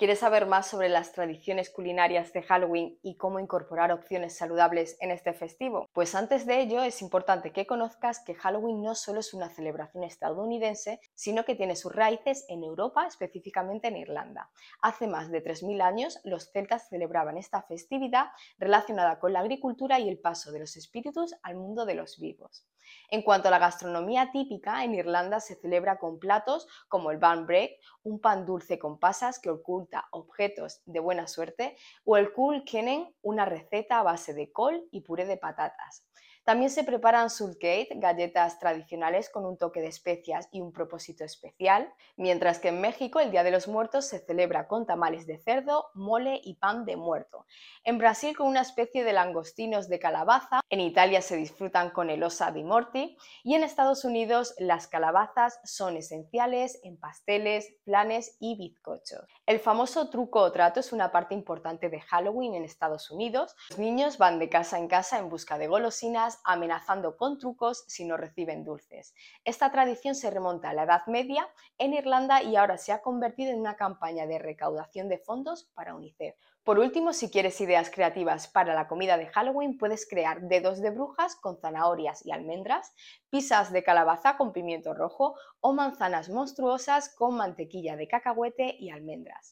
¿Quieres saber más sobre las tradiciones culinarias de Halloween y cómo incorporar opciones saludables en este festivo? Pues antes de ello es importante que conozcas que Halloween no solo es una celebración estadounidense, sino que tiene sus raíces en Europa, específicamente en Irlanda. Hace más de 3000 años los celtas celebraban esta festividad relacionada con la agricultura y el paso de los espíritus al mundo de los vivos. En cuanto a la gastronomía típica, en Irlanda se celebra con platos como el banbread, un pan dulce con pasas que oculta objetos de buena suerte, o el Kilkenny, una receta a base de col y puré de patatas. También se preparan sulcate, galletas tradicionales con un toque de especias y un propósito especial, mientras que en México el Día de los Muertos se celebra con tamales de cerdo, mole y pan de muerto. En Brasil con una especie de langostinos de calabaza, en Italia se disfrutan con el osa di morti y en Estados Unidos las calabazas son esenciales en pasteles, flanes y bizcochos. El famoso truco o trato es una parte importante de Halloween en Estados Unidos. Los niños van de casa en casa en busca de golosinas, amenazando con trucos si no reciben dulces. Esta tradición se remonta a la Edad Media en Irlanda y ahora se ha convertido en una campaña de recaudación de fondos para UNICEF. Por último, si quieres ideas creativas para la comida de Halloween, puedes crear dedos de brujas con zanahorias y almendras, pizzas de calabaza con pimiento rojo o manzanas monstruosas con mantequilla de cacahuete y almendras.